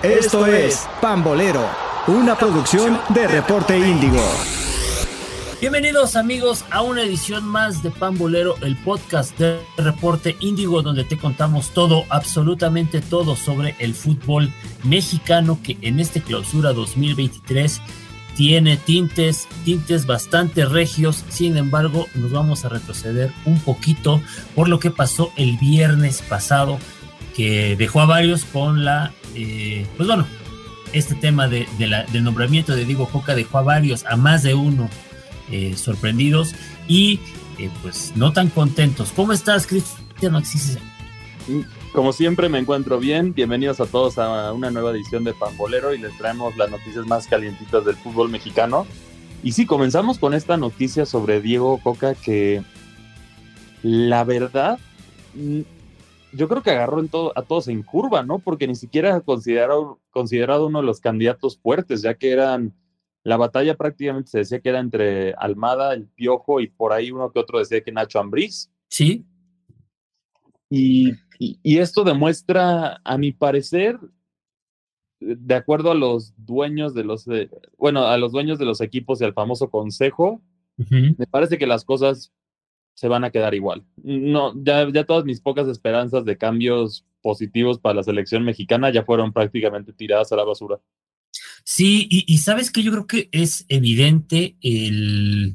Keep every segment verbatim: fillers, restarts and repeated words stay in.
Esto es Pambolero, una producción de Reporte Índigo. Bienvenidos amigos a una edición más de Pambolero, el podcast de Reporte Índigo, donde te contamos todo, absolutamente todo sobre el fútbol mexicano que en este clausura dos mil veintitrés tiene tintes, tintes bastante regios. Sin embargo, nos vamos a retroceder un poquito por lo que pasó el viernes pasado, que dejó a varios con la, eh, pues bueno, este tema de, de la, del nombramiento de Diego Coca dejó a varios, a más de uno, eh, sorprendidos y eh, pues no tan contentos. ¿Cómo estás, Cristiano Axis? Como siempre me encuentro bien. Bienvenidos a todos a una nueva edición de Pambolero y les traemos las noticias más calientitas del fútbol mexicano. Y sí, comenzamos con esta noticia sobre Diego Coca, que la verdad yo creo que agarró en todo, a todos en curva, ¿no? Porque ni siquiera considerado, considerado uno de los candidatos fuertes, ya que eran, la batalla prácticamente se decía que era entre Almada, el Piojo y por ahí uno que otro decía que Nacho Ambriz. Sí. Y, y, y esto demuestra, a mi parecer, de acuerdo a los dueños de los, eh, bueno, a los dueños de los equipos y al famoso consejo, uh-huh. Me parece que las cosas se van a quedar igual. No, ya, ya todas mis pocas esperanzas de cambios positivos para la selección mexicana ya fueron prácticamente tiradas a la basura. Sí, y, y sabes que yo creo que es evidente el,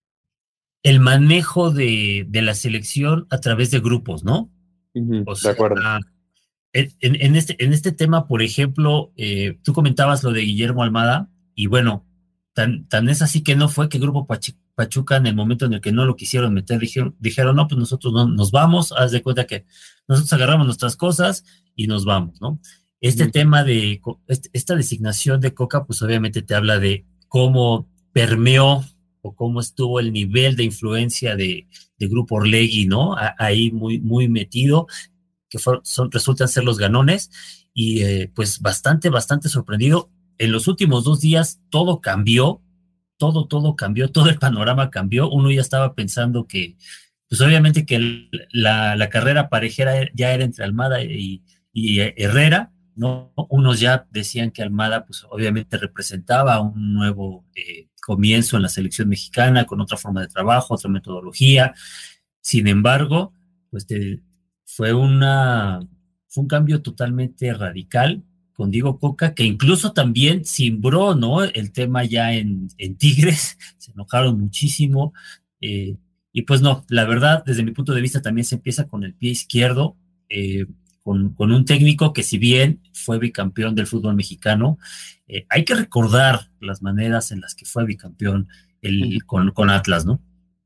el manejo de, de la selección a través de grupos, ¿no? Uh-huh, o sea, de acuerdo. En, en, este, en este tema, por ejemplo, eh, tú comentabas lo de Guillermo Almada, y bueno, tan, tan es así que no fue que Grupo Pachuca, Pachuca en el momento en el que no lo quisieron meter, dijeron, dijeron no, pues nosotros no, nos vamos, haz de cuenta que nosotros agarramos nuestras cosas y nos vamos, ¿no? Este uh-huh. tema de, este, esta designación de Coca, pues obviamente te habla de cómo permeó o cómo estuvo el nivel de influencia de, de Grupo Orlegui, ¿no? A, ahí muy, muy metido, que for, son, resultan ser los ganones, y eh, pues bastante, bastante sorprendido. En los últimos dos días todo cambió, todo, todo cambió, todo el panorama cambió. Uno ya estaba pensando que, pues obviamente que el, la, la carrera parejera ya era entre Almada y, y Herrera, ¿no? Unos ya decían que Almada, pues obviamente representaba un nuevo eh, comienzo en la selección mexicana, con otra forma de trabajo, otra metodología. Sin embargo, pues te, fue una, fue un cambio totalmente radical con Diego Coca, que incluso también cimbró, ¿no? El tema ya en, en Tigres, se enojaron muchísimo, eh, y pues no, la verdad, desde mi punto de vista también se empieza con el pie izquierdo, eh, con, con un técnico que si bien fue bicampeón del fútbol mexicano, eh, hay que recordar las maneras en las que fue bicampeón el, con, con Atlas, ¿no?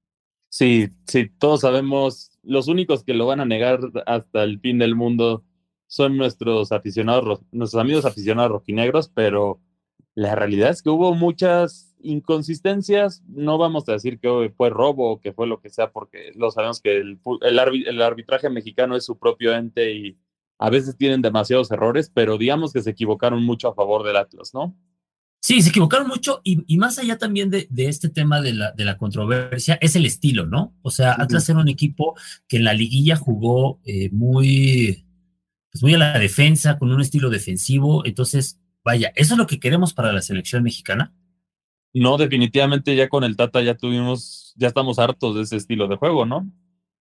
Sí, sí, todos sabemos, los únicos que lo van a negar hasta el fin del mundo son nuestros aficionados, nuestros amigos aficionados rojinegros, pero la realidad es que hubo muchas inconsistencias. No vamos a decir que fue robo o que fue lo que sea, porque lo sabemos que el, el, arbi, el arbitraje mexicano es su propio ente y a veces tienen demasiados errores, pero digamos que se equivocaron mucho a favor del Atlas, ¿no? Sí, se equivocaron mucho, y, y más allá también de, de este tema de la, de la controversia, es el estilo, ¿no? O sea, Atlas uh-huh. era un equipo que en la liguilla jugó eh, muy, pues muy a la defensa, con un estilo defensivo. Entonces, vaya, ¿eso es lo que queremos para la selección mexicana? No, definitivamente ya con el Tata ya tuvimos, ya estamos hartos de ese estilo de juego, ¿no?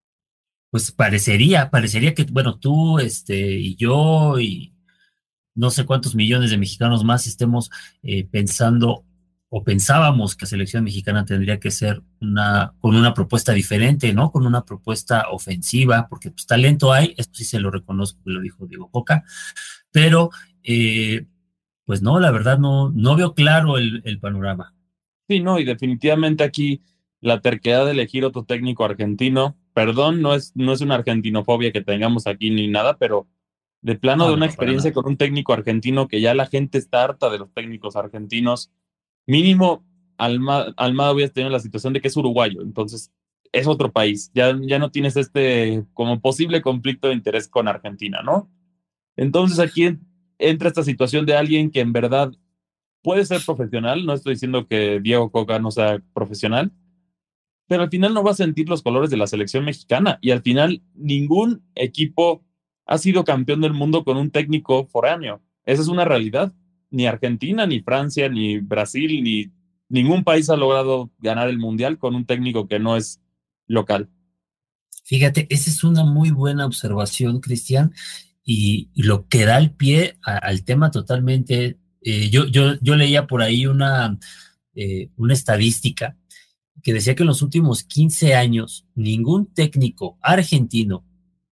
Pues parecería, parecería que, bueno, tú, este, y yo, y no sé cuántos millones de mexicanos más estemos eh, pensando o pensábamos que la selección mexicana tendría que ser una, con una propuesta diferente, ¿no? Con una propuesta ofensiva, porque pues talento hay, esto sí se lo reconozco, lo dijo Diego Coca, pero eh, pues no, la verdad no, no veo claro el, el panorama. Sí, no, y definitivamente aquí la terquedad de elegir otro técnico argentino, perdón, no es, no es una argentinofobia que tengamos aquí ni nada, pero de plano no, de una no, experiencia con un técnico argentino que ya la gente está harta de los técnicos argentinos. Mínimo, Almada, Almada hubiera tenido la situación de que es uruguayo, entonces es otro país. Ya, ya no tienes este como posible conflicto de interés con Argentina, ¿no? Entonces aquí entra esta situación de alguien que en verdad puede ser profesional. No estoy diciendo que Diego Coca no sea profesional, pero al final no va a sentir los colores de la selección mexicana, y al final ningún equipo ha sido campeón del mundo con un técnico foráneo. Esa es una realidad. Ni Argentina, ni Francia, ni Brasil, ni ningún país ha logrado ganar el Mundial con un técnico que no es local. Fíjate, esa es una muy buena observación, Cristian, y, y lo que da el pie a- al tema totalmente. eh, yo, yo, yo leía por ahí una, eh, una estadística que decía que en los últimos quince años ningún técnico argentino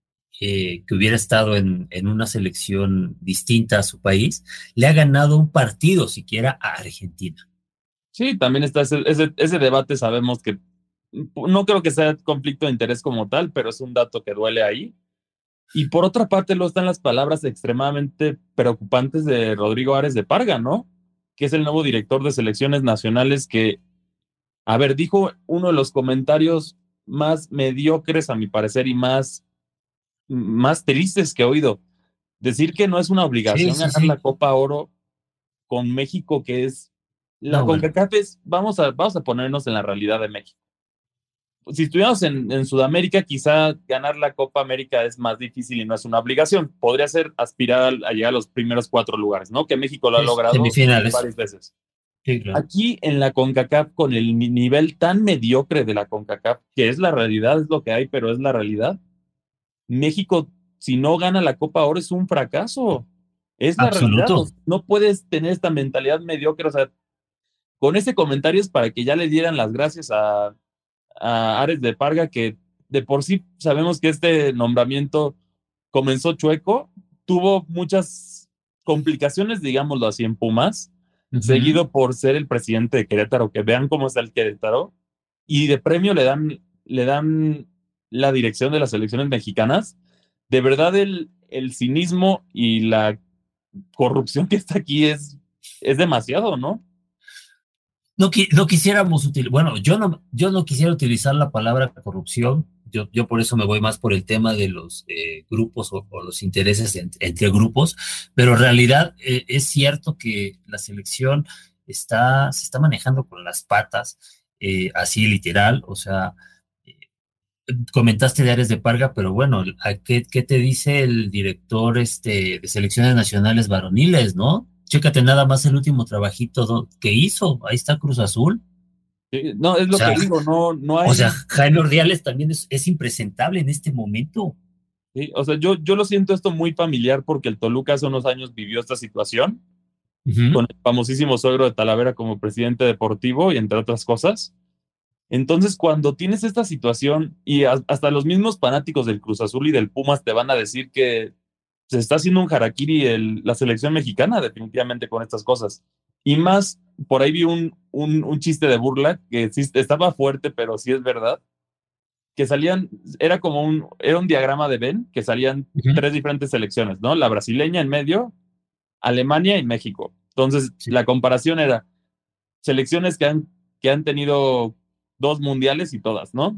eh, que hubiera estado en, en una selección distinta a su país le ha ganado un partido siquiera a Argentina. Sí, también está ese, ese, ese debate, sabemos que no creo que sea conflicto de interés como tal, pero es un dato que duele ahí. Y por otra parte, luego están las palabras extremadamente preocupantes de Rodrigo Ares de Parga, ¿no? Que es el nuevo director de selecciones nacionales que, a ver, dijo uno de los comentarios más mediocres, a mi parecer, y más, más tristes que he oído. Decir que no es una Sí, obligación sí, ganar la sí. Copa Oro con México, que es la No, bueno. CONCACAF es, vamos a, vamos a ponernos en la realidad de México. Si estuviéramos en, en Sudamérica, quizá ganar la Copa América es más difícil y no es una obligación. Podría ser aspirar a, a llegar a los primeros cuatro lugares, ¿no? Que México lo ha Sí, logrado semifinales. varias veces. Sí, claro. Aquí en la CONCACAF, con el ni- nivel tan mediocre de la CONCACAF, que es la realidad, es lo que hay, pero es la realidad, México, si no gana la Copa Oro, es un fracaso. Es la realidad. O Absoluto. sea, no puedes tener esta mentalidad mediocre. O sea, con ese comentario es para que ya le dieran las gracias a, a Ares de Parga, que de por sí sabemos que este nombramiento comenzó chueco, tuvo muchas complicaciones, digámoslo así, en Pumas, Ujú. seguido por ser el presidente de Querétaro, que vean cómo está el Querétaro, y de premio le dan, le dan la dirección de las elecciones mexicanas. De verdad, el, el cinismo y la corrupción que está aquí es, es demasiado, ¿no? No, qui- no quisiéramos utilizar, bueno, yo no, yo no quisiera utilizar la palabra corrupción. Yo, yo por eso me voy más por el tema de los eh, grupos o, o los intereses en- entre grupos, pero en realidad eh, es cierto que la selección está, se está manejando con las patas, eh, así literal, o sea, eh, comentaste de Ares de Parga, pero bueno, ¿a qué, qué te dice el director este, de selecciones nacionales varoniles, no? Chécate nada más el último trabajito do- que hizo, ahí está Cruz Azul. Sí, no, es O lo que sea, digo, no, no o sea, hay. Jaime Ordiales también es, es impresentable en este momento. Sí, o sea, yo, yo lo siento esto muy familiar porque el Toluca hace unos años vivió esta situación Ujú. con el famosísimo suegro de Talavera como presidente deportivo y entre otras cosas. Entonces, cuando tienes esta situación y a- hasta los mismos fanáticos del Cruz Azul y del Pumas te van a decir que se está haciendo un harakiri el- la selección mexicana definitivamente con estas cosas. Y más, por ahí vi un, un, un chiste de burla que sí estaba fuerte, pero sí es verdad que salían, era como un, era un diagrama de Venn, que salían Ujú. tres diferentes selecciones, ¿no? La brasileña en medio, Alemania y México. Entonces, Sí. la comparación era selecciones que han, que han tenido dos mundiales y todas, ¿no?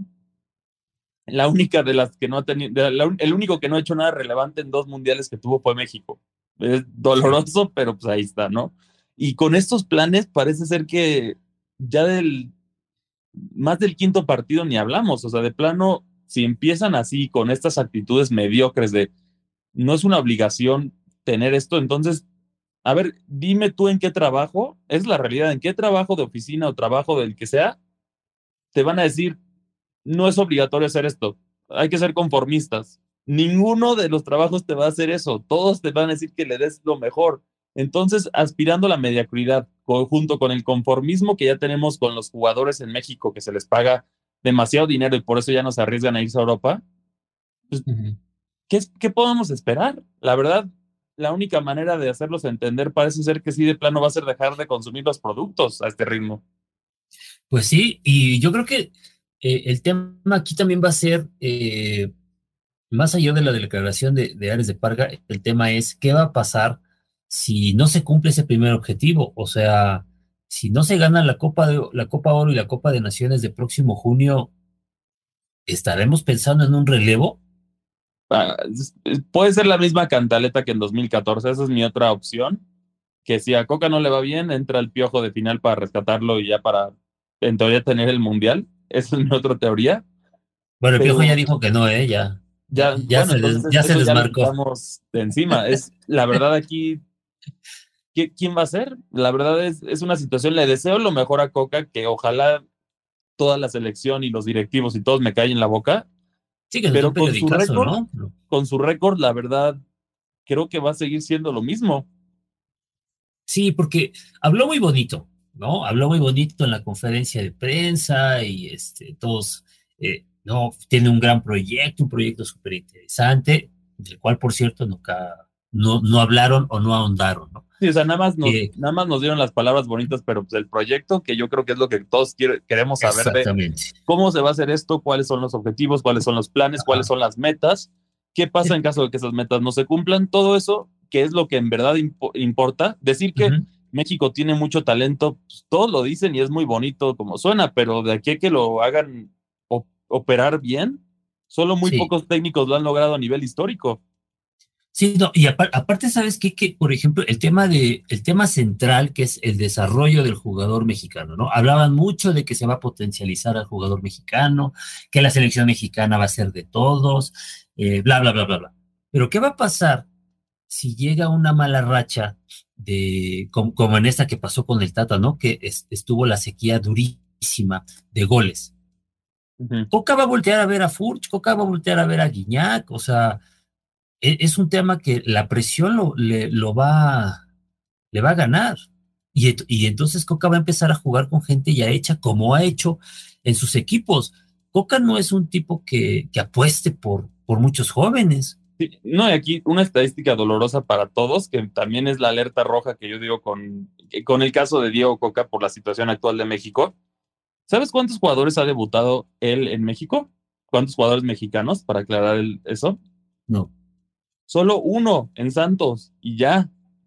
La única de las que no ha tenido, el único que no ha hecho nada relevante en dos mundiales que tuvo fue México. Es Sí. doloroso, pero pues ahí está, ¿no? Y con estos planes parece ser que ya del, más del quinto partido ni hablamos, o sea, de plano, si empiezan así con estas actitudes mediocres de no es una obligación tener esto, entonces, a ver, dime tú en qué trabajo, es la realidad, en qué trabajo de oficina o trabajo del que sea, te van a decir, no es obligatorio hacer esto, hay que ser conformistas. Ninguno de los trabajos te va a hacer eso, todos te van a decir que le des lo mejor. Entonces, aspirando a la mediocridad, co- junto con el conformismo que ya tenemos con los jugadores en México, que se les paga demasiado dinero y por eso ya no se arriesgan a irse a Europa, pues, Ujú. ¿qué, es- qué podemos esperar? La verdad, la única manera de hacerlos entender parece ser que sí, de plano va a ser dejar de consumir los productos a este ritmo. Pues sí, y yo creo que eh, el tema aquí también va a ser, eh, más allá de la declaración de, de Ares de Parga, el tema es qué va a pasar si no se cumple ese primer objetivo. O sea, si no se gana la Copa de, la Copa Oro y la Copa de Naciones de próximo junio, ¿estaremos pensando en un relevo? Ah, es- es- puede ser la misma cantaleta que en dos mil catorce, esa es mi otra opción, que si a Coca no le va bien, entra el Piojo de final para rescatarlo y ya para, en teoría, tener el Mundial. Esa es mi otra teoría, Bueno, el Piojo ya pero dijo que no, ¿eh? Ya, ya, ya, ya bueno, se entonces des- ya es- se eso ya lo desmarcó. quitamos de encima. Es la verdad aquí, ¿Quién va a ser? La verdad es, es una situación, le deseo lo mejor a Coca, que ojalá toda la selección y los directivos y todos me callen la boca, Sí, que es un pero con su periodicazo, récord, ¿no? con su récord, la verdad, creo que va a seguir siendo lo mismo. Sí, porque habló muy bonito, ¿no? Habló muy bonito en la conferencia de prensa y este, todos, eh, no, tiene un gran proyecto, un proyecto súper interesante, del cual, por cierto, nunca, no, no hablaron o no ahondaron, ¿no? Sí, o sea, nada más nos, Eh, nada más nos dieron las palabras bonitas, pero pues el proyecto, que yo creo que es lo que todos quiere, queremos saber de exactamente. cómo se va a hacer esto, cuáles son los objetivos, cuáles son los planes, cuáles Ajá. son las metas, qué pasa Sí. en caso de que esas metas no se cumplan, todo eso, que es lo que en verdad impo- importa. Decir que Ujú. México tiene mucho talento, pues, todos lo dicen y es muy bonito como suena, pero de aquí a que lo hagan o- operar bien, solo muy Sí. pocos técnicos lo han logrado a nivel histórico. Sí, no, y apar- aparte, ¿sabes qué? Que, por ejemplo, el tema de, el tema central, que es el desarrollo del jugador mexicano, ¿no? Hablaban mucho de que se va a potencializar al jugador mexicano, que la selección mexicana va a ser de todos, eh, bla, bla, bla, bla, bla. Pero, ¿qué va a pasar si llega una mala racha de, como, como en esta que pasó con el Tata, ¿no? Que es- estuvo la sequía durísima de goles. Ujú. Coca va a voltear a ver a Furch, Coca va a voltear a ver a Guiñac, o sea, e- es un tema que la presión lo, le, lo va, le va a ganar. Y, et- y entonces Coca va a empezar a jugar con gente ya hecha, como ha hecho en sus equipos. Coca no es un tipo que, que apueste por, por muchos jóvenes. Sí, no, y aquí una estadística dolorosa para todos, que también es la alerta roja que yo digo con, con el caso de Diego Coca por la situación actual de México. ¿Sabes cuántos jugadores ha debutado él en México? ¿Cuántos jugadores mexicanos, para aclarar el- eso? No. Solo uno en Santos y ya.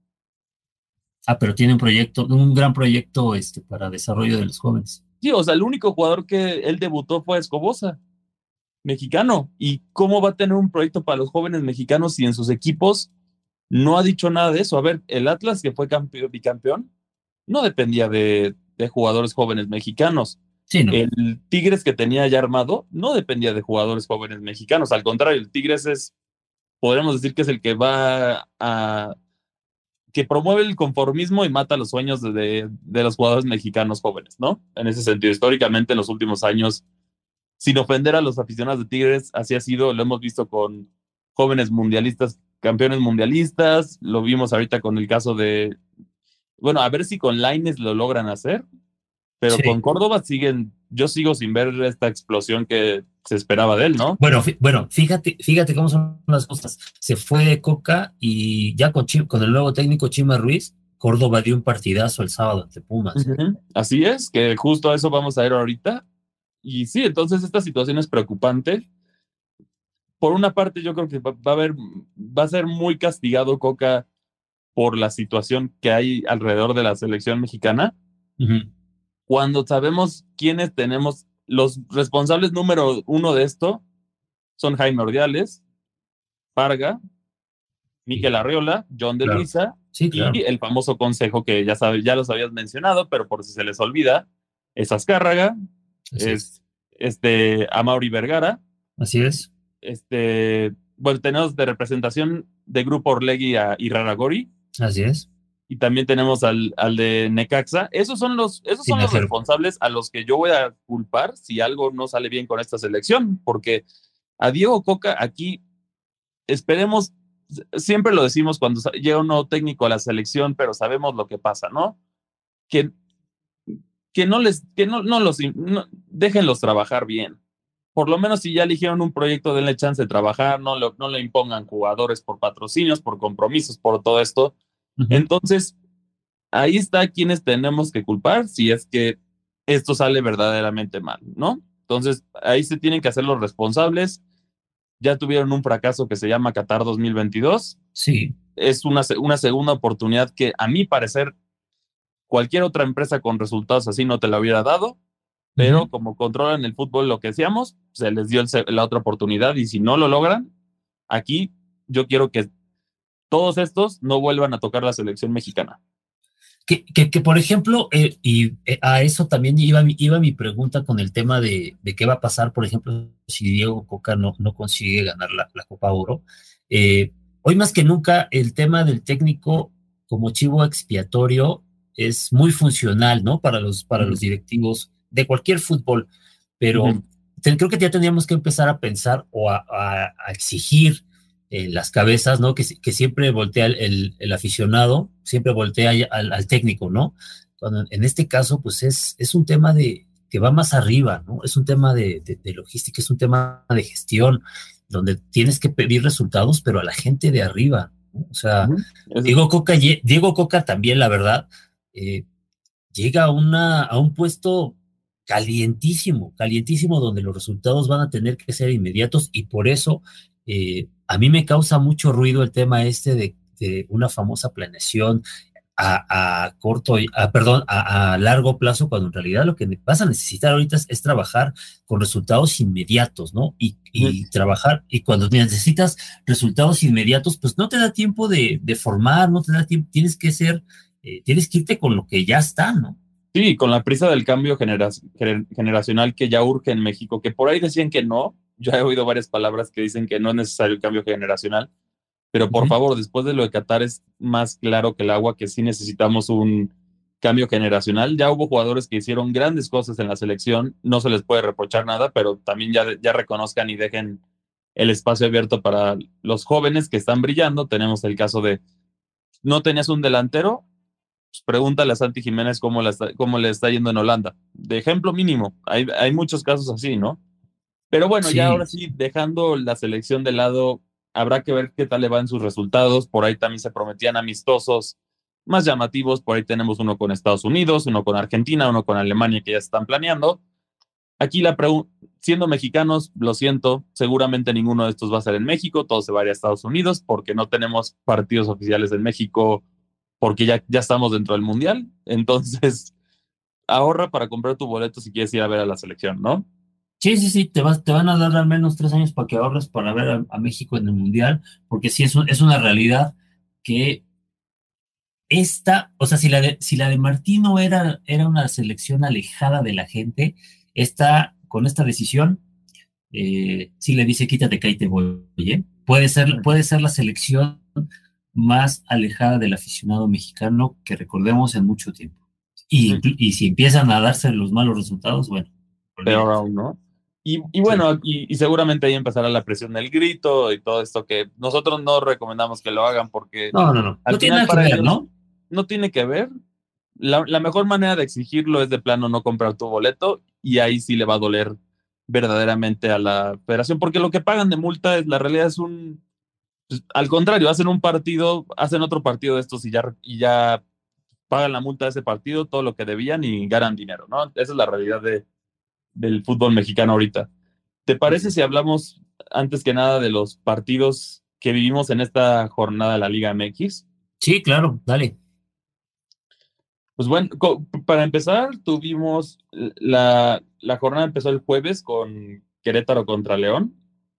Ah, pero tiene un proyecto, un gran proyecto este, para desarrollo de los jóvenes. Sí, o sea, el único jugador que él debutó fue Escobosa, mexicano. ¿Y cómo va a tener un proyecto para los jóvenes mexicanos si en sus equipos no ha dicho nada de eso? A ver, el Atlas, que fue campeón, bicampeón, no dependía de, de jugadores jóvenes mexicanos. Sí, no. El Tigres que tenía ya armado no dependía de jugadores jóvenes mexicanos. Al contrario, el Tigres es, podríamos decir que es el que va a, que promueve el conformismo y mata los sueños de, de, de los jugadores mexicanos jóvenes, ¿no? En ese sentido, históricamente en los últimos años, sin ofender a los aficionados de Tigres, así ha sido, lo hemos visto con jóvenes mundialistas, campeones mundialistas, lo vimos ahorita con el caso de, bueno, a ver si con Lainez lo logran hacer, pero con Sí. Córdoba siguen, yo sigo sin ver esta explosión que se esperaba de él, ¿no? Bueno, fí- bueno, fíjate, fíjate cómo son las cosas. Se fue de Coca y ya con, Chi- con el nuevo técnico Chima Ruiz, Córdoba dio un partidazo el sábado ante Pumas, ¿eh? Ujú. Así es, que justo a eso vamos a ir ahorita. Y sí, entonces esta situación es preocupante. Por una parte, yo creo que va, va a haber, va a ser muy castigado Coca por la situación que hay alrededor de la selección mexicana, Ujú. cuando sabemos quiénes tenemos, los responsables número uno de esto son Jaime Ordiales, Parga, Miquel Y- Arriola, John de claro. Luisa Sí, y claro. el famoso consejo que ya sabes, ya los habías mencionado, pero por si se les olvida, es Azcárraga, Así es. es este Amaury Vergara, Así es. este, bueno, tenemos de representación de Grupo Orlegui a Iraragorri Así es. y también tenemos al, al de Necaxa. Esos son los, esos son los Tinajero. responsables a los que yo voy a culpar si algo no sale bien con esta selección, porque a Diego Coca aquí esperemos, siempre lo decimos cuando llega un nuevo técnico a la selección, pero sabemos lo que pasa, ¿no? Que, que no les, que no, no los, no, déjenlos trabajar bien. Por lo menos si ya eligieron un proyecto, denle chance de trabajar, no, lo, no le impongan jugadores por patrocinios, por compromisos, por todo esto. Ujú. Entonces, ahí está quienes tenemos que culpar si es que esto sale verdaderamente mal, ¿no? Entonces, ahí se tienen que hacer los responsables. Ya tuvieron un fracaso que se llama Qatar dos mil veintidós. Sí. Es una, una segunda oportunidad que, a mi parecer, cualquier otra empresa con resultados así no te la hubiera dado, pero Ujú. como controlan el fútbol, lo que decíamos, se les dio el, la otra oportunidad y si no lo logran, aquí yo quiero que todos estos no vuelvan a tocar la selección mexicana. Que, que, que, por ejemplo, eh, y eh, a eso también iba, mi- iba mi pregunta con el tema de, de qué va a pasar, por ejemplo, si Diego Coca no, no consigue ganar la, la Copa Oro. Eh, hoy más que nunca, el tema del técnico como chivo expiatorio es muy funcional, ¿no? Para los, para uh-huh. los directivos de cualquier fútbol, pero uh-huh. te, creo que ya tendríamos que empezar a pensar o a, a, a exigir eh, las cabezas, ¿no? Que, que siempre voltea el, el, el aficionado, siempre voltea al, al técnico, ¿no? Cuando en este caso, pues es, es un tema de que va más arriba, ¿no? Es un tema de, de, de logística, es un tema de gestión, donde tienes que pedir resultados, pero a la gente de arriba, ¿no? O sea, uh-huh. Diego Coca, Diego Coca también, la verdad, eh, llega a, una, a un puesto calientísimo, calientísimo, donde los resultados van a tener que ser inmediatos, y por eso eh, a mí me causa mucho ruido el tema este de, de una famosa planeación a, a corto, a, perdón, a, a largo plazo, cuando en realidad lo que vas a necesitar ahorita es, es trabajar con resultados inmediatos, ¿no? Y, y uh-huh. trabajar, y cuando necesitas resultados inmediatos, pues no te da tiempo de, de formar, no te da tiempo, tienes que ser, eh, tienes que irte con lo que ya está, ¿no? Sí, con la prisa del cambio genera, generacional que ya urge en México, que por ahí decían que no, yo he oído varias palabras que dicen que no es necesario el cambio generacional, pero por uh-huh. favor, después de lo de Qatar es más claro que el agua que sí necesitamos un cambio generacional. Ya hubo jugadores que hicieron grandes cosas en la selección, no se les puede reprochar nada, pero también ya, ya reconozcan y dejen el espacio abierto para los jóvenes que están brillando. Tenemos el caso de, no tenías un delantero, pues pregúntale a Santi Jiménez cómo, la está, cómo le está yendo en Holanda. De ejemplo mínimo, hay, hay muchos casos así, ¿no? Pero bueno, sí. Ya ahora sí, dejando la selección de lado, habrá que ver qué tal le van sus resultados. Por ahí también se prometían amistosos más llamativos. Por ahí tenemos uno con Estados Unidos, uno con Argentina, uno con Alemania que ya están planeando. Aquí la pregunta, siendo mexicanos, lo siento, seguramente ninguno de estos va a ser en México, todo se va a ir a Estados Unidos porque no tenemos partidos oficiales en México, porque ya, ya estamos dentro del Mundial. Entonces, ahorra para comprar tu boleto si quieres ir a ver a la selección, ¿no? Sí, sí, sí, te, vas, te van a dar al menos tres años para que ahorres para ver a, a México en el Mundial, porque sí es, un, es una realidad que esta, o sea, si la de, si la de Martino era, era una selección alejada de la gente, esta, con esta decisión, eh, sí le dice quítate que ahí te voy, ¿eh? Puede ser, puede ser la selección más alejada del aficionado mexicano que recordemos en mucho tiempo. Y, sí. y si empiezan a darse los malos resultados, bueno. Peor aún, ¿no? Y, y bueno, sí. y, y seguramente ahí empezará la presión del grito y todo esto que nosotros no recomendamos que lo hagan porque... No, no, no. Al no final tiene nada para que ver, ellos, ¿no? No tiene que ver. La, la mejor manera de exigirlo es de plano no comprar tu boleto y ahí sí le va a doler verdaderamente a la federación porque lo que pagan de multa es, la realidad es un... Pues, al contrario, hacen un partido, hacen otro partido de estos y ya, y ya pagan la multa de ese partido, todo lo que debían y ganan dinero, ¿no? Esa es la realidad de del fútbol mexicano ahorita. ¿Te parece si hablamos antes que nada de los partidos que vivimos en esta jornada de la Liga M X? Sí, claro, dale. Pues bueno, para empezar, tuvimos la, la jornada empezó el jueves con Querétaro contra León,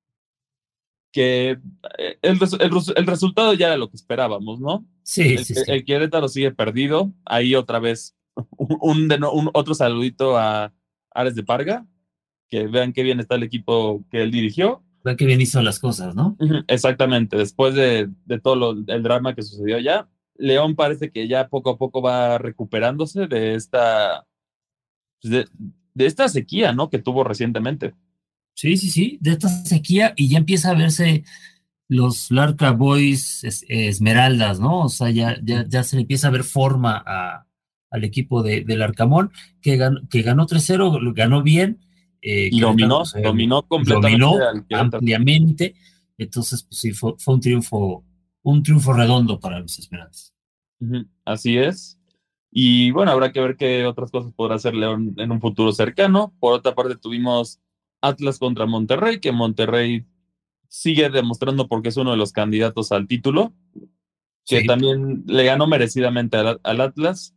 que el, el, el resultado ya era lo que esperábamos, ¿no? Sí, el, sí, sí. El Querétaro sigue perdido, ahí otra vez un, un, un otro saludito a Ares de Parga, que vean qué bien está el equipo que él dirigió. Vean qué bien hizo las cosas, ¿no? Exactamente, después de, de todo lo, el drama que sucedió ya, León parece que ya poco a poco va recuperándose de esta, de, de esta sequía, ¿no? Que tuvo recientemente. Sí, sí, sí, de esta sequía y ya empieza a verse los Larca Boys es, Esmeraldas, ¿no? O sea, ya, ya, ya se le empieza a ver forma a, al equipo de, del Arcamón, que ganó, que ganó tres cero, ganó bien. Eh, y dominó, pues, eh, dominó completamente. Dominó ampliamente. Entonces, pues sí, fue, fue un triunfo, un triunfo redondo para los Esmeraldas. Uh-huh. Así es. Y bueno, habrá que ver qué otras cosas podrá hacer León en un futuro cercano. Por otra parte, tuvimos Atlas contra Monterrey, que Monterrey sigue demostrando porque es uno de los candidatos al título, que sí. También le ganó merecidamente al, al Atlas.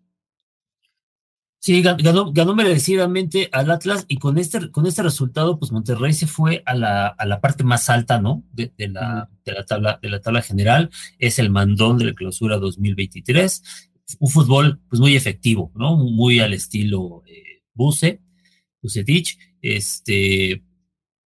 Sí, ganó, ganó merecidamente al Atlas y con este, con este resultado, pues Monterrey se fue a la, a la parte más alta, ¿no? De, de, la, uh-huh. de, la tabla, de la tabla general. Es el mandón de la clausura dos mil veintitrés. Un fútbol, pues muy efectivo, ¿no? Muy al estilo eh, Buse, Bucetich, este,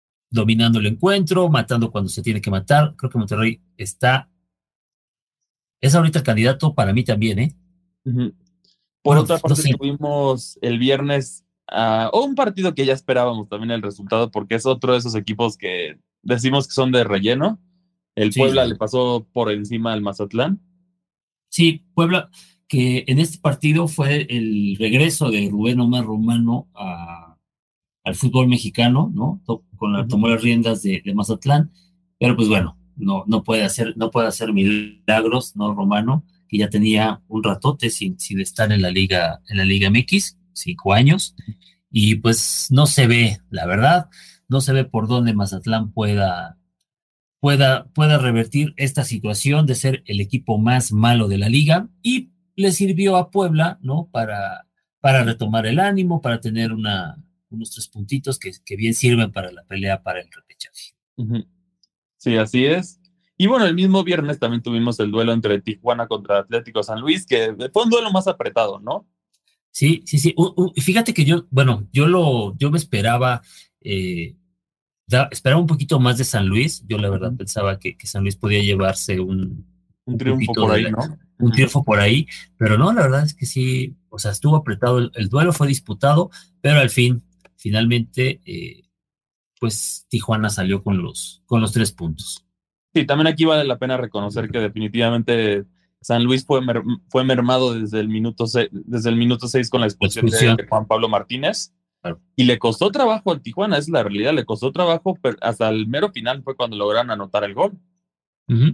dominando el encuentro, matando cuando se tiene que matar. Creo que Monterrey está es ahorita el candidato para mí también, ¿eh? Uh-huh. Por Bueno, otra no parte, sé. tuvimos el viernes uh, un partido que ya esperábamos también el resultado, porque es otro de esos equipos que decimos que son de relleno. El Sí, Puebla sí, le sí. pasó por encima al Mazatlán. Sí, Puebla, que en este partido fue el regreso de Rubén Omar Romano a, al fútbol mexicano, ¿no? To- Con la, Uh-huh. tomó las riendas de, de Mazatlán, pero pues bueno, no, no puede hacer, no puede hacer milagros, ¿no? Romano, que ya tenía un ratote sin, sin estar en la liga, en la Liga M X, cinco años, y pues no se ve, la verdad, no se ve por dónde Mazatlán pueda pueda, pueda revertir esta situación de ser el equipo más malo de la liga y le sirvió a Puebla, ¿no? Para, para retomar el ánimo, para tener una, unos tres puntitos que, que bien sirven para la pelea para el repechaje. Uh-huh. Sí, así es. Y bueno, el mismo viernes también tuvimos el duelo entre Tijuana contra Atlético San Luis, que fue un duelo más apretado, ¿no? Sí, sí, sí. U- u- fíjate que yo, bueno, yo lo, yo me esperaba, eh, da- esperaba un poquito más de San Luis. Yo la verdad Uh-huh. pensaba que, que San Luis podía llevarse un, Un un triunfo puntito por de ahí, la- ¿no? un Uh-huh. triunfo por ahí, pero no, la verdad es que sí, o sea, estuvo apretado el, el duelo, fue disputado, pero al fin, finalmente, eh, pues Tijuana salió con los, con los tres puntos. Sí, también aquí vale la pena reconocer que definitivamente San Luis fue, mer- fue mermado desde el minuto se- desde el minuto seis con la La expulsión de expulsión. Juan Pablo Martínez. Claro. Y le costó trabajo al Tijuana, esa es la realidad, le costó trabajo, pero hasta el mero final fue cuando lograron anotar el gol. Ujú.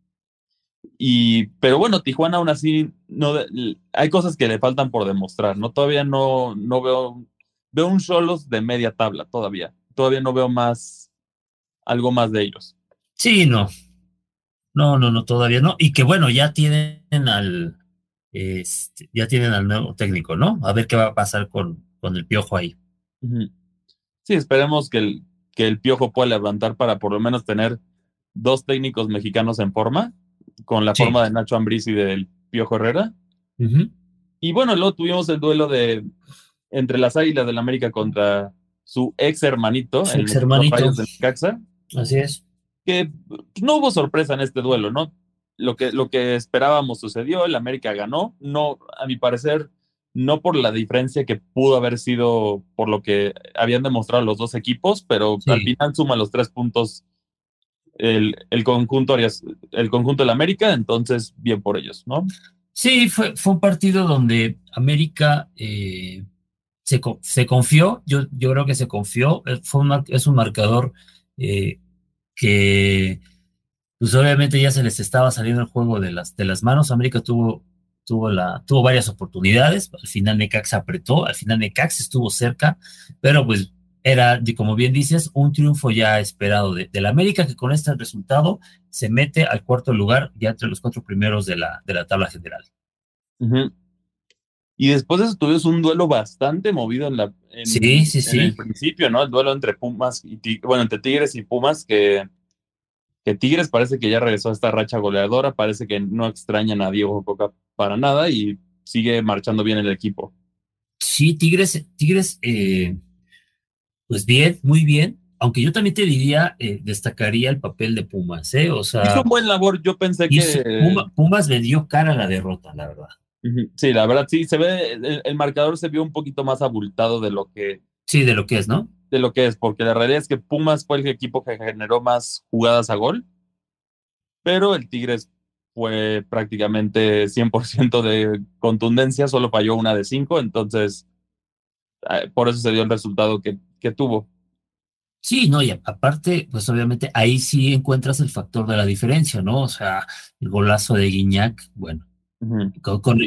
Y, pero bueno, Tijuana aún así, no de- hay cosas que le faltan por demostrar, ¿no? Todavía no, no veo, veo un Xolos de media tabla, todavía. Todavía no veo más, algo más de ellos. Sí, no, no, no, no, todavía no. Y que bueno, ya tienen al, este, ya tienen al nuevo técnico, ¿no? A ver qué va a pasar con, con el Piojo ahí. Ujú. Sí, esperemos que el, que el Piojo pueda levantar para por lo menos tener dos técnicos mexicanos en forma, con la Sí. forma de Nacho Ambriz y del Piojo Herrera. Ujú. Y bueno, luego tuvimos el duelo de entre las Águilas del América contra su ex hermanito, Su el ex Necaxa hermanito, Rayos de Necaxa, así es. que no hubo sorpresa en este duelo, ¿no? Lo que, lo que esperábamos sucedió, el América ganó, no, a mi parecer, no por la diferencia que pudo haber sido por lo que habían demostrado los dos equipos, pero al Sí. final suma los tres puntos el, el conjunto Arias- el conjunto del América, entonces bien por ellos, ¿no? Sí, fue, fue un partido donde América eh, se, co- se confió, yo, yo creo que se confió, eh, fue un mar- es un marcador eh, que pues obviamente ya se les estaba saliendo el juego de las, de las manos. América tuvo, tuvo, la, tuvo varias oportunidades, al final Necaxa apretó, al final Necaxa estuvo cerca, pero pues era, y como bien dices, un triunfo ya esperado de, del América, que con este resultado se mete al cuarto lugar ya entre los cuatro primeros de la, de la tabla general. Ujú. Y después de eso tuvimos un duelo bastante movido en, la, Sí, en, sí, en el sí. principio, ¿no? El duelo entre Pumas y Tig- bueno, entre Tigres y Pumas, que, que Tigres parece que ya regresó a esta racha goleadora, parece que no extrañan a Diego Coca para nada y sigue marchando bien el equipo. Sí, Tigres, Tigres, eh, pues bien, muy bien. Aunque yo también te diría, eh, destacaría el papel de Pumas, ¿eh? O Hizo sea, un buen labor, yo pensé hizo, que Puma- Pumas le dio cara a la derrota, la verdad. ujú, sí, la verdad sí, se ve, el, el marcador se vio un poquito más abultado de lo que, Sí, de lo que es, ¿no? de lo que es, porque la realidad es que Pumas fue el equipo que generó más jugadas a gol, pero el Tigres fue prácticamente cien por ciento de contundencia, solo falló una de cinco, entonces eh, por eso se dio el resultado que, que tuvo. Sí, no, y a- aparte, pues obviamente ahí sí encuentras el factor de la diferencia, ¿no? O sea, el golazo de Guiñac, bueno, Ujú. con, con-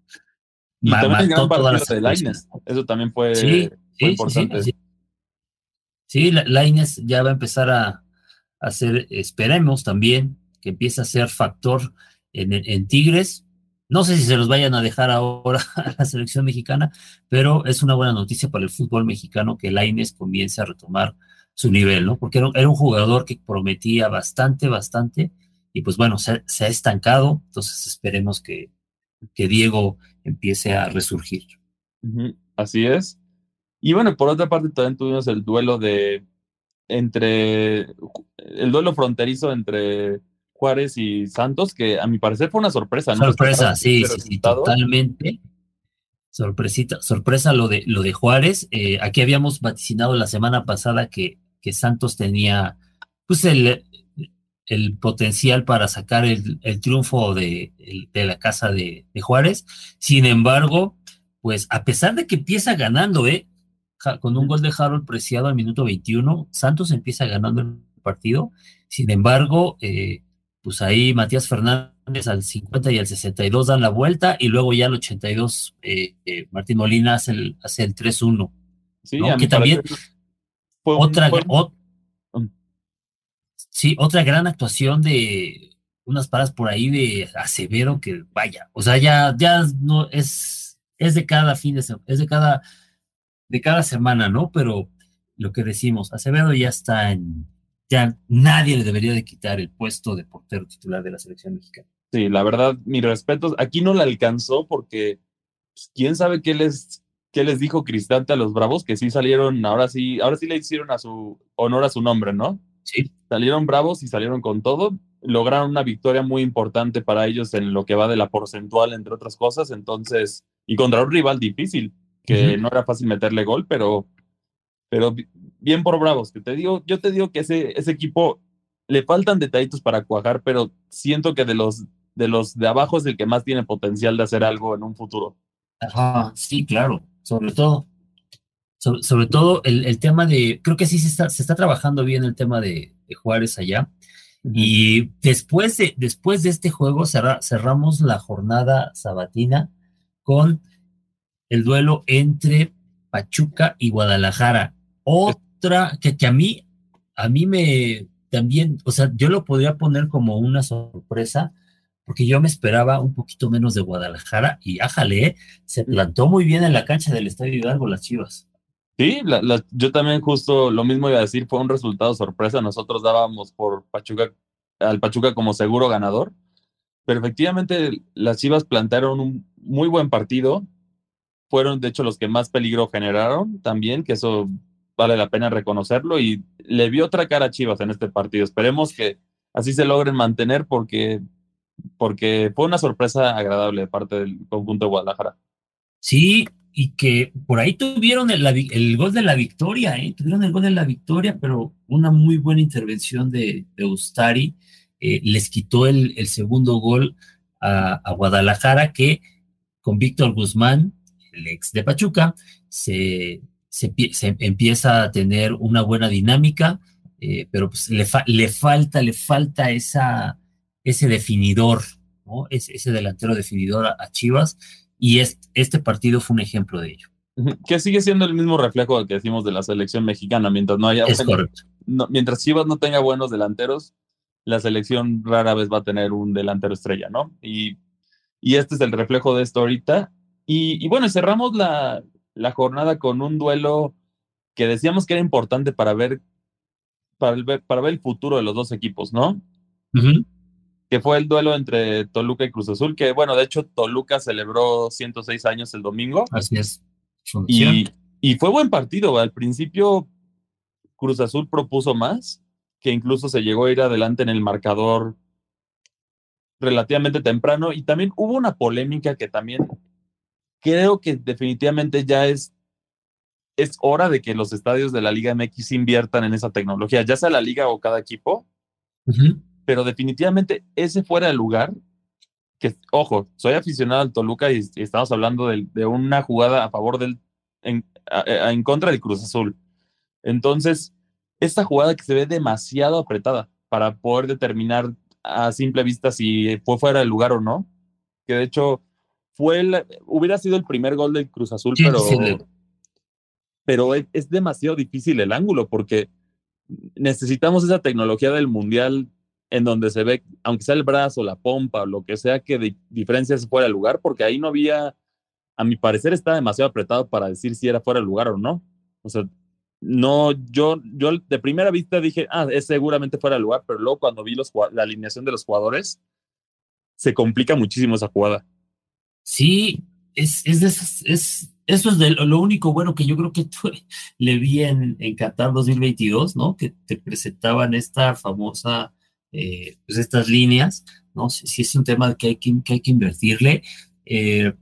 Y ma- también el gran mató todas partido las de aspiraciones. Lainez, eso también fue, Sí, fue sí, sí, sí, importante. sí. Sí, la- Lainez ya va a empezar a, a ser, esperemos también, que empiece a ser factor en, en Tigres. No sé si se los vayan a dejar ahora a la selección mexicana, pero es una buena noticia para el fútbol mexicano que Lainez comience a retomar su nivel, ¿no? Porque era, era un jugador que prometía bastante, bastante, y pues bueno, se, se ha estancado, entonces esperemos que, que Diego empiece a resurgir. Ujú, así es. Y bueno, por otra parte también tuvimos el duelo de entre el duelo fronterizo entre Juárez y Santos, que a mi parecer fue una sorpresa, ¿no? Sorpresa, sí, sí, sí, totalmente. Sorpresita, sorpresa lo de lo de Juárez. Eh, aquí habíamos vaticinado la semana pasada que, que Santos tenía pues el, el potencial para sacar el, el triunfo de, el, de la casa de, de Juárez. Sin embargo, pues a pesar de que empieza ganando, ¿eh? Ja, con un gol de Harold Preciado al minuto veintiuno, Santos empieza ganando el partido. Sin embargo, eh, pues ahí Matías Fernández al cincuenta y al sesenta y dos dan la vuelta, y luego ya al ochenta y dos eh, eh, Martín Molina hace el, hace el tres uno. Sí, ¿no? a Que también fue un, otra, fue un... o, sí, otra gran actuación de unas paras por ahí de Acevedo, que vaya, o sea, ya, ya no es, es de cada fin de semana, es de cada, de cada semana, ¿no? Pero lo que decimos, Acevedo ya está en, ya nadie le debería de quitar el puesto de portero titular de la selección mexicana. Sí, la verdad, mis respetos. Aquí no la alcanzó porque pues, quién sabe qué les, qué les dijo Cristante a los Bravos, que sí salieron, ahora sí, ahora sí le hicieron a su honor a su nombre, ¿no? Sí. Salieron bravos y salieron con todo. Lograron una victoria muy importante para ellos en lo que va de la porcentual, entre otras cosas. Entonces, y contra un rival difícil, que uh-huh. no era fácil meterle gol, pero, pero bien por Bravos. Que te digo, yo te digo que ese, ese equipo le faltan detallitos para cuajar, pero siento que de los de los de abajo es el que más tiene potencial de hacer algo en un futuro. Ajá, sí, claro, sobre todo. Sobre, sobre todo el, el tema de, creo que sí se está, se está trabajando bien el tema de, de Juárez allá. Uh-huh. Y después de, después de este juego cerra, cerramos la jornada sabatina con el duelo entre Pachuca y Guadalajara. Otra que, que a mí, a mí me también, o sea, yo lo podría poner como una sorpresa, porque yo me esperaba un poquito menos de Guadalajara y ájale, ¿eh? Se plantó muy bien en la cancha del Estadio Hidalgo las Chivas. Sí, la, la, yo también justo lo mismo iba a decir, fue un resultado sorpresa. Nosotros dábamos por Pachuca, al Pachuca como seguro ganador, pero efectivamente las Chivas plantearon un muy buen partido. Fueron de hecho los que más peligro generaron también, que eso vale la pena reconocerlo, y le vi otra cara a Chivas en este partido. Esperemos que así se logren mantener porque, porque fue una sorpresa agradable de parte del conjunto de Guadalajara. Sí, y que por ahí tuvieron el, el gol de la victoria, ¿eh? Tuvieron el gol de la victoria, pero una muy buena intervención de, de Ustari eh, les quitó el, el segundo gol a, a Guadalajara, que con Víctor Guzmán, el ex de Pachuca, se, se, se empieza a tener una buena dinámica, eh, pero pues le, fa, le falta, le falta esa, ese definidor, ¿no? Ese, ese delantero definidor a, a Chivas. Y es, este partido fue un ejemplo de ello. Que sigue siendo el mismo reflejo que decimos de la selección mexicana. Mientras no haya es bueno, no, mientras Chivas no tenga buenos delanteros, la selección rara vez va a tener un delantero estrella, ¿no? Y, y este es el reflejo de esto ahorita. Y, y bueno, cerramos la, la jornada con un duelo que decíamos que era importante para ver, para, el, para ver el futuro de los dos equipos, ¿no? Uh-huh. Que fue el duelo entre Toluca y Cruz Azul, que bueno, de hecho Toluca celebró ciento seis años el domingo. Así es. Y, y fue buen partido. Al principio Cruz Azul propuso más, que incluso se llegó a ir adelante en el marcador relativamente temprano, y también hubo una polémica que también creo que definitivamente ya es, es hora de que los estadios de la Liga M X inviertan en esa tecnología, ya sea la liga o cada equipo. Uh-huh. Pero definitivamente ese fuera el lugar, que, ojo, soy aficionado al Toluca y, y estamos hablando de, de una jugada a favor del, en, a, a, en contra del Cruz Azul. Entonces, esta jugada que se ve demasiado apretada para poder determinar a simple vista si fue fuera del lugar o no, que de hecho fue el, hubiera sido el primer gol del Cruz Azul, sí, pero, sí, pero es, es demasiado difícil el ángulo, porque necesitamos esa tecnología del Mundial en donde se ve, aunque sea el brazo, la pompa, o lo que sea, que de, diferencias fuera del lugar, porque ahí no había, a mi parecer está demasiado apretado para decir si era fuera del lugar o no. O sea, no, yo, yo de primera vista dije, ah, es seguramente fuera del lugar, pero luego cuando vi los, la alineación de los jugadores, se complica muchísimo esa jugada. Sí, es, es de esas, es, eso es de lo único bueno que yo creo que tú, le vi en, en Qatar dos mil veintidós, ¿no? Que te presentaban esta famosa eh, pues estas líneas, ¿no? Sí, sí es un tema que hay que, que, hay que invertirle, eh,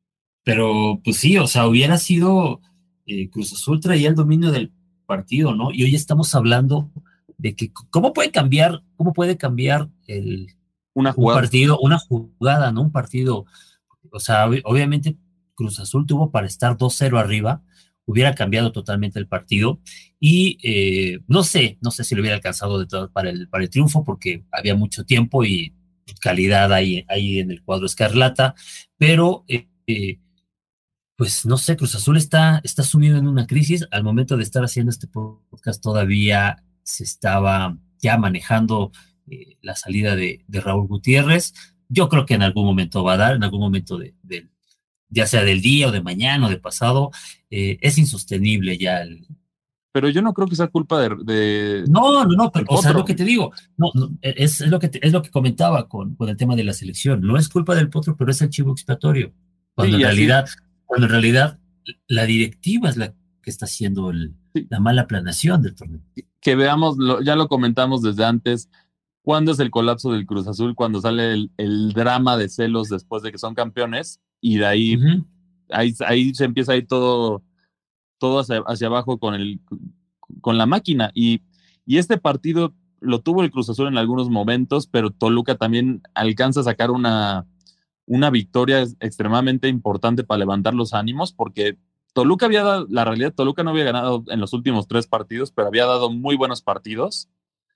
pero pues sí, o sea, hubiera sido eh, Cruz Azul traía el dominio del partido, ¿no? Y hoy estamos hablando de que cómo puede cambiar, cómo puede cambiar el, Una un jugada. partido, una jugada, ¿no? Un partido, o sea, ob- obviamente Cruz Azul tuvo para estar dos cero arriba, hubiera cambiado totalmente el partido y eh, no sé, no sé si lo hubiera alcanzado de todo para el, para el triunfo porque había mucho tiempo y calidad ahí, ahí en el cuadro Escarlata, pero eh, eh, pues no sé, Cruz Azul está, está sumido en una crisis. Al momento de estar haciendo este podcast todavía se estaba ya manejando eh, la salida de, de Raúl Gutiérrez. Yo creo que en algún momento va a dar, en algún momento de, de ya sea del día o de mañana o de pasado, eh, es insostenible ya el... Pero yo no creo que sea culpa de, de No, no, no, pero, del o sea, es lo Potro. que te digo, no, no, es, es lo que te- es lo que comentaba con, con el tema de la selección. No es culpa del Potro, pero es el chivo expiatorio. Sí, Cuando en y así, realidad, cuando en realidad la directiva es la que está haciendo el, sí, la mala planeación del torneo. que veamos, lo, ya lo comentamos desde antes, ¿cuándo es el colapso del Cruz Azul? Cuando sale el, el drama de celos después de que son campeones, y de ahí, Ujú. ahí, ahí se empieza a ir todo, todo hacia, hacia abajo con, el, con la máquina. Y, y este partido lo tuvo el Cruz Azul en algunos momentos, pero Toluca también alcanza a sacar una, una victoria extremadamente importante para levantar los ánimos, porque Toluca había dado, la realidad, Toluca no había ganado en los últimos tres partidos, pero había dado muy buenos partidos,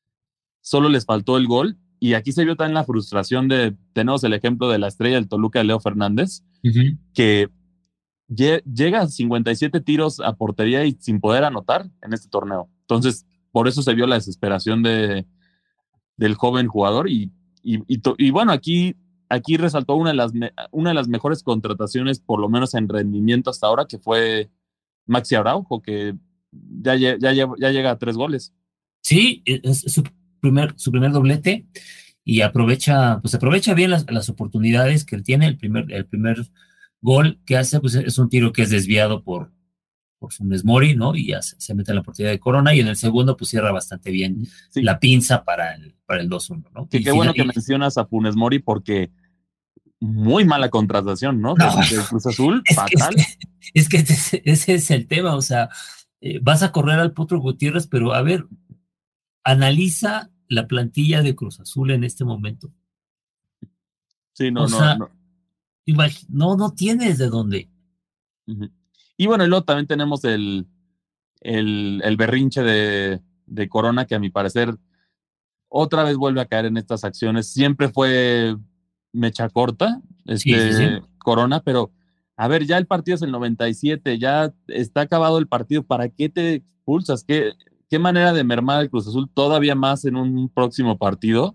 solo les faltó el gol, y aquí se vio también la frustración de, tenemos el ejemplo de la estrella del Toluca, de Leo Fernández, Ujú. que lle- llega a cincuenta y siete tiros a portería y sin poder anotar en este torneo. Entonces, por eso se vio la desesperación de, del joven jugador y, y, y, to- y bueno, aquí, aquí resaltó una de, las me- una de las mejores contrataciones, por lo menos en rendimiento hasta ahora, que fue Maxi Araujo, que ya, lle- ya, lle- ya llega a tres goles. Sí, es, es su primer, su primer doblete y aprovecha, pues aprovecha bien las, las oportunidades que él tiene. El primer, el primer gol que hace, pues es un tiro que es desviado por, por Funes Mori, ¿no? Y ya se, se mete en la portería de Corona, y en el segundo, pues cierra bastante bien Sí, la pinza para el, para el dos uno, ¿no? que Y, qué fina- bueno que y mencionas a Funes Mori porque muy mala contratación, ¿no? no, Del, del Cruz Azul, es que, es que, fatal. es que ese, ese es el tema, o sea, eh, vas a correr al Potro Gutiérrez, pero a ver, analiza la plantilla de Cruz Azul en este momento. Sí, no, O no, sea, no. imag- no, no tienes de dónde. Ujú. Y bueno, y luego también tenemos el, el, el berrinche de, de Corona, que a mi parecer otra vez vuelve a caer en estas acciones. Siempre fue mecha corta, Sí, sí, sí. este Corona, pero a ver, ya el partido es el noventa y siete, ya está acabado el partido, ¿para qué te expulsas? ¿Qué, qué manera de mermar el Cruz Azul todavía más en un próximo partido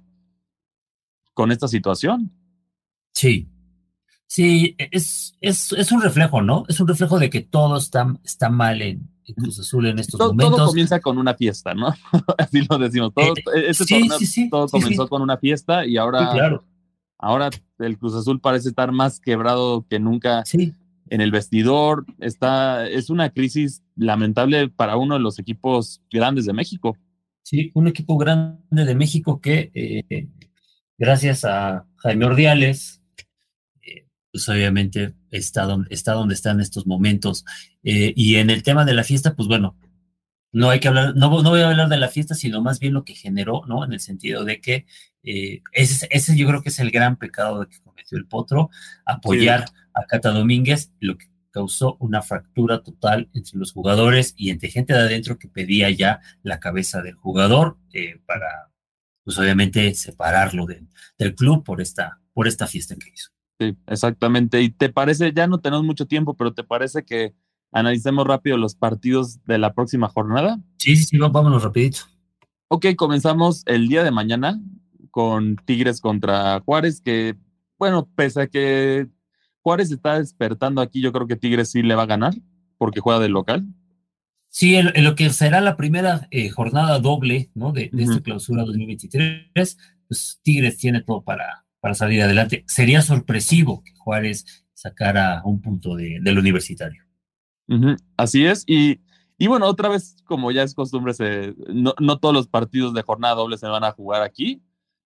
con esta situación? Sí, sí, es, es, es un reflejo, ¿no? Es un reflejo de que todo está, está mal en, en Cruz Azul en estos Todo, todo momentos. comienza con una fiesta, ¿no? Así lo decimos. Eh, Todo, este sí, torneo, sí, sí, todo sí, comenzó sí, con una fiesta y sí, ahora, claro. ahora el Cruz Azul parece estar más quebrado que nunca Sí, en el vestidor. Está, es una crisis lamentable para uno de los equipos grandes de México. sí, un equipo grande de México que, eh, gracias a Jaime Ordiales, eh, pues obviamente está donde, está donde está en estos momentos. Eh, y en el tema de la fiesta, pues bueno, no hay que hablar, no, no voy a hablar de la fiesta, sino más bien lo que generó, ¿no? En el sentido de que eh, ese, ese yo creo que es el gran pecado de que cometió el Potro, Sí, apoyar a Cata Domínguez, lo que causó una fractura total entre los jugadores y entre gente de adentro que pedía ya la cabeza del jugador eh, para, pues obviamente, separarlo de- del club por esta, por esta fiesta que hizo. sí, exactamente. ¿Y te parece, ya no tenemos mucho tiempo, pero te parece que analicemos rápido los partidos de la próxima jornada? Sí, sí, sí, va- vámonos rapidito. Ok, comenzamos el día de mañana con Tigres contra Juárez, que, bueno, pese a que Juárez está despertando aquí, yo creo que Tigres sí le va a ganar, porque juega de local. Sí, en, en lo que será la primera eh, jornada doble, ¿no? De, de esta Ujú, clausura dos mil veintitrés, pues Tigres tiene todo para, para salir adelante. Sería sorpresivo que Juárez sacara un punto de, del universitario. ujú, así es, y, y bueno, otra vez, como ya es costumbre, se, no, no todos los partidos de jornada doble se van a jugar aquí.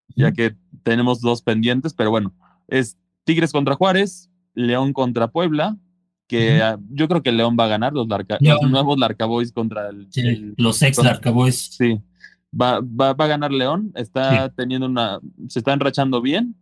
ya que tenemos dos pendientes, pero bueno, es Tigres contra Juárez, León contra Puebla, que uh-huh. uh, yo creo que León va a ganar, los, Larca, los nuevos Larcaboys contra el... Sí, el los ex Larcaboys. Sí, va, va, va a ganar León, está sí. teniendo una... se está enrachando bien.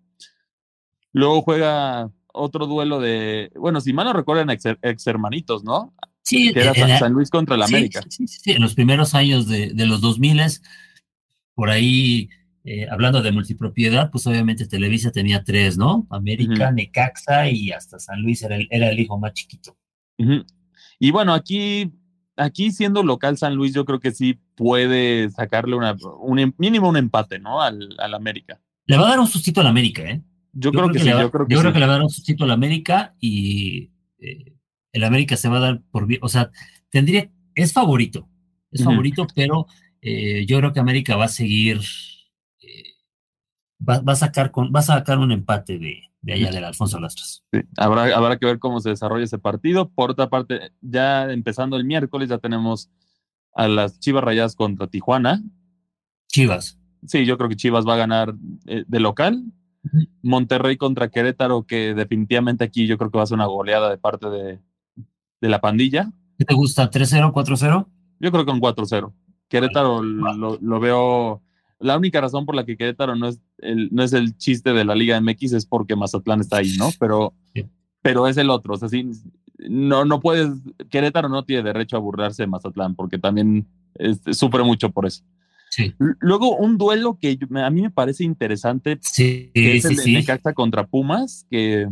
Luego juega otro duelo de... Bueno, si mal no recuerdan, ex, ex hermanitos, ¿no? Sí, que era San, la, San Luis contra el sí, América. Sí, sí, sí, en los primeros años de, de los dos mil, por ahí, eh, hablando de multipropiedad, pues obviamente Televisa tenía tres, ¿no? América, uh-huh. Necaxa y hasta San Luis era el, era el hijo más chiquito. Uh-huh. Y bueno, aquí, aquí siendo local San Luis, yo creo que sí puede sacarle una, un mínimo un empate, ¿no? Al, al América. Le va a dar un sustito al América, ¿eh? Yo, yo creo, creo que, que sí, va, yo creo que yo sí. creo que le va a dar un sustito al América y eh, el América se va a dar por bien, o sea, tendría, es favorito, es uh-huh. favorito, pero eh, yo creo que América va a seguir, eh, va, va a sacar con, va a sacar un empate de, de allá del Alfonso Lastras. Sí, habrá, habrá que ver cómo se desarrolla ese partido. Por otra parte, ya empezando el miércoles, ya tenemos a las Chivas Rayadas contra Tijuana. Chivas. Sí, yo creo que Chivas va a ganar eh, de local. Uh-huh. Monterrey contra Querétaro, que definitivamente aquí yo creo que va a ser una goleada de parte de, de la pandilla. ¿Qué te gusta? ¿tres cero, cuatro cero? Yo creo que un cuatro cero. Querétaro vale. lo, lo veo... La única razón por la que Querétaro no es, el, no es el chiste de la Liga M X es porque Mazatlán está ahí, ¿no? Pero, sí. pero es el otro. O sea, sí, no, no puedes... Querétaro no tiene derecho a burlarse de Mazatlán porque también es, sufre mucho por eso. Sí. Luego, un duelo que a mí me parece interesante, sí, que es sí, el de sí. Necaxa contra Pumas, que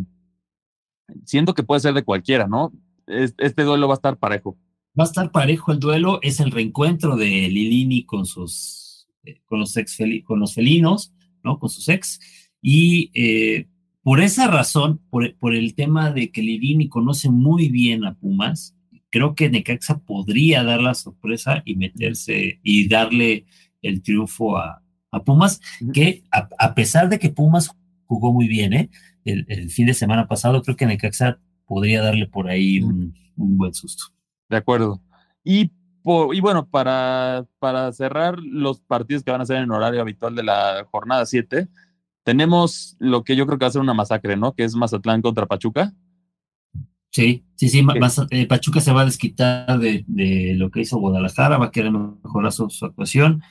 siento que puede ser de cualquiera, ¿no? Este duelo va a estar parejo. Va a estar parejo el duelo, es el reencuentro de Lilini con sus, eh, con los ex con los felinos, ¿no? Con sus ex, y eh, por esa razón, por, por el tema de que Lilini conoce muy bien a Pumas, creo que Necaxa podría dar la sorpresa y meterse y darle el triunfo a, a Pumas, que a, a pesar de que Pumas jugó muy bien, ¿eh? El, el fin de semana pasado, creo que Necaxa podría darle por ahí un, un buen susto. De acuerdo. Y, por, y bueno, para, para cerrar los partidos que van a ser en horario habitual de la jornada siete, tenemos lo que yo creo que va a ser una masacre, ¿no? Que es Mazatlán contra Pachuca. Sí, sí, sí. Más, eh, Pachuca se va a desquitar de, de lo que hizo Guadalajara, va a querer mejorar su, su actuación.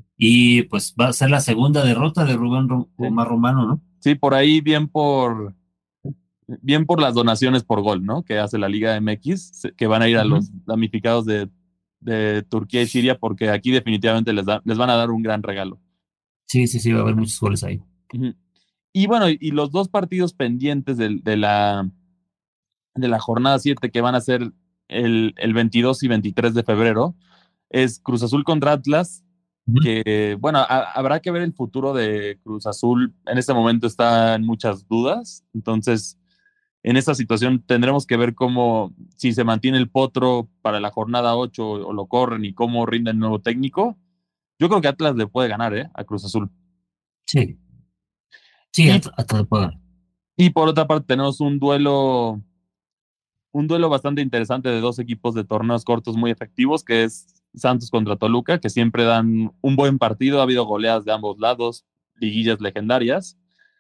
Y pues va a ser la segunda derrota de Rubén Omar Romano, ¿no? Sí, por ahí bien por bien por las donaciones por gol, ¿no? Que hace la Liga M X, que van a ir a uh-huh. los damnificados de, de Turquía y Siria, porque aquí definitivamente les, da, les van a dar un gran regalo. Sí, sí, sí, va a haber muchos goles ahí. Uh-huh. Y bueno, y los dos partidos pendientes de, de, la, de la jornada siete, que van a ser el, el veintidós y veintitrés de febrero, es Cruz Azul contra Atlas, que, bueno, a, habrá que ver el futuro de Cruz Azul. En este momento está en muchas dudas, entonces en esta situación tendremos que ver cómo, si se mantiene el Potro para la jornada ocho o lo corren y cómo rinde el nuevo técnico. Yo creo que Atlas le puede ganar, ¿eh? A Cruz Azul. Sí, sí, y, Atlas le puede ganar. Y por otra parte tenemos un duelo, un duelo bastante interesante de dos equipos de torneos cortos muy efectivos, que es Santos contra Toluca, que siempre dan un buen partido, ha habido goleadas de ambos lados, liguillas legendarias.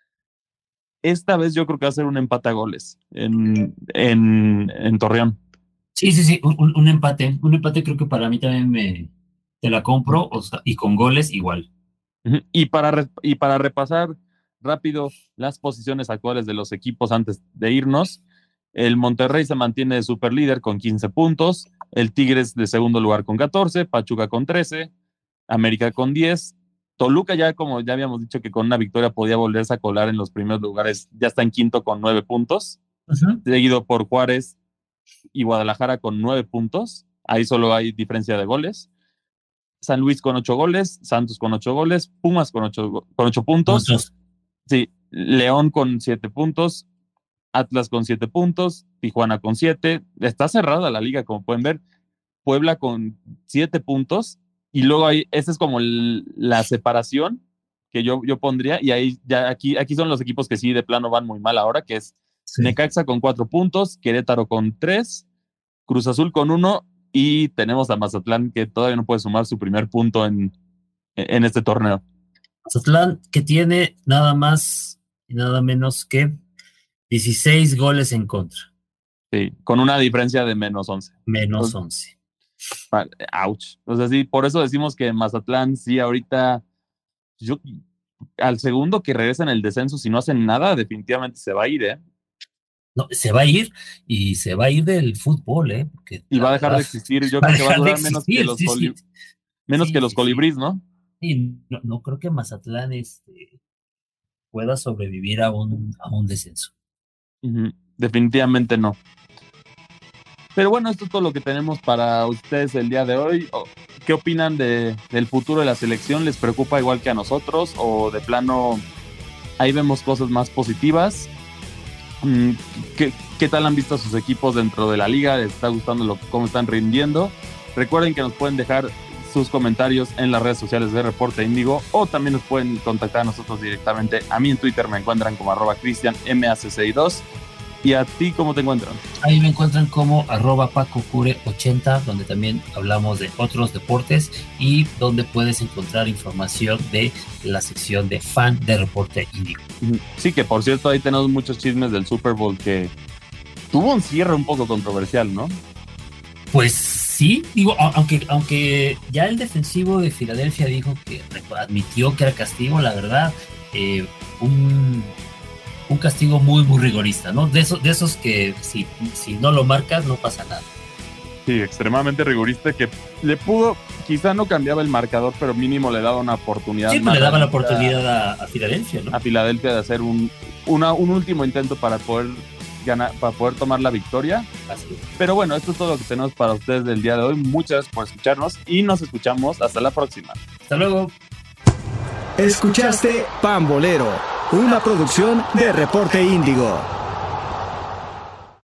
Esta vez yo creo que va a ser un empate a goles en, en, en Torreón. Sí, sí, sí, un, un empate, un empate creo que para mí también me, te la compro, o sea, y con goles igual. Y para, y para repasar rápido las posiciones actuales de los equipos antes de irnos, el Monterrey se mantiene de super líder con quince puntos, el Tigres de segundo lugar con catorce, Pachuca con trece, América con diez, Toluca ya, como ya habíamos dicho que con una victoria podía volverse a colar en los primeros lugares, ya está en quinto con nueve puntos, uh-huh. seguido por Juárez y Guadalajara con nueve puntos, ahí solo hay diferencia de goles, San Luis con ocho goles, Santos con ocho goles, Pumas con ocho, con ocho puntos, ¿Muchos? sí, León con siete puntos, Atlas con siete puntos, Tijuana con siete, está cerrada la liga, como pueden ver, Puebla con siete puntos, y luego ahí, esa es como el, la separación que yo, yo pondría, y ahí ya aquí, aquí son los equipos que sí de plano van muy mal ahora, que es sí. Necaxa con cuatro puntos, Querétaro con tres, Cruz Azul con uno, y tenemos a Mazatlán que todavía no puede sumar su primer punto en, en este torneo. Mazatlán, que tiene nada más y nada menos que dieciséis goles en contra. Sí, con una diferencia de menos once. Menos once. Ouch. O sea, sí, por eso decimos que Mazatlán, sí, ahorita, yo, al segundo que regresa en el descenso, si no hacen nada, definitivamente se va a ir, ¿eh? No, se va a ir y se va a ir del fútbol, ¿eh? Porque y va a dejar verdad, de existir. Yo creo que va a durar menos que los, sí, coli- sí. menos sí, que los sí, colibríes, sí. ¿no? Y no, no creo que Mazatlán este, pueda sobrevivir a un, a un descenso. Uh-huh. Definitivamente no. Pero bueno, esto es todo lo que tenemos para ustedes el día de hoy. ¿Qué opinan de, del futuro de la selección? ¿Les preocupa igual que a nosotros? ¿O de plano ahí vemos cosas más positivas? ¿Qué, qué tal han visto a sus equipos dentro de la liga? ¿Les está gustando lo, cómo están rindiendo? Recuerden que nos pueden dejar sus comentarios en las redes sociales de Reporte Índigo, o también nos pueden contactar a nosotros directamente. A mí en Twitter me encuentran como arroba cristian m a c c i dos. ¿Y a ti cómo te encuentran? Ahí me encuentran como arroba paco cure ochenta, donde también hablamos de otros deportes y donde puedes encontrar información de la sección de fan de Reporte Índigo. Sí, que por cierto ahí tenemos muchos chismes del Super Bowl, que tuvo un cierre un poco controversial, ¿no? Pues sí, digo, aunque, aunque ya el defensivo de Filadelfia dijo que admitió que era castigo, la verdad, eh, un... un castigo muy, muy rigorista, ¿no? De esos, de esos que si, si no lo marcas, no pasa nada. Sí, extremadamente rigorista, que le pudo, quizá no cambiaba el marcador, pero mínimo le daba una oportunidad. Sí, pues le daba la oportunidad a, a Filadelfia, ¿no? A Filadelfia de hacer un, una, un último intento para poder ganar, para poder tomar la victoria. Así es. Pero bueno, esto es todo lo que tenemos para ustedes del día de hoy. Muchas gracias por escucharnos y nos escuchamos hasta la próxima. Hasta luego. Escuchaste Pambolero, una producción de Reporte Índigo.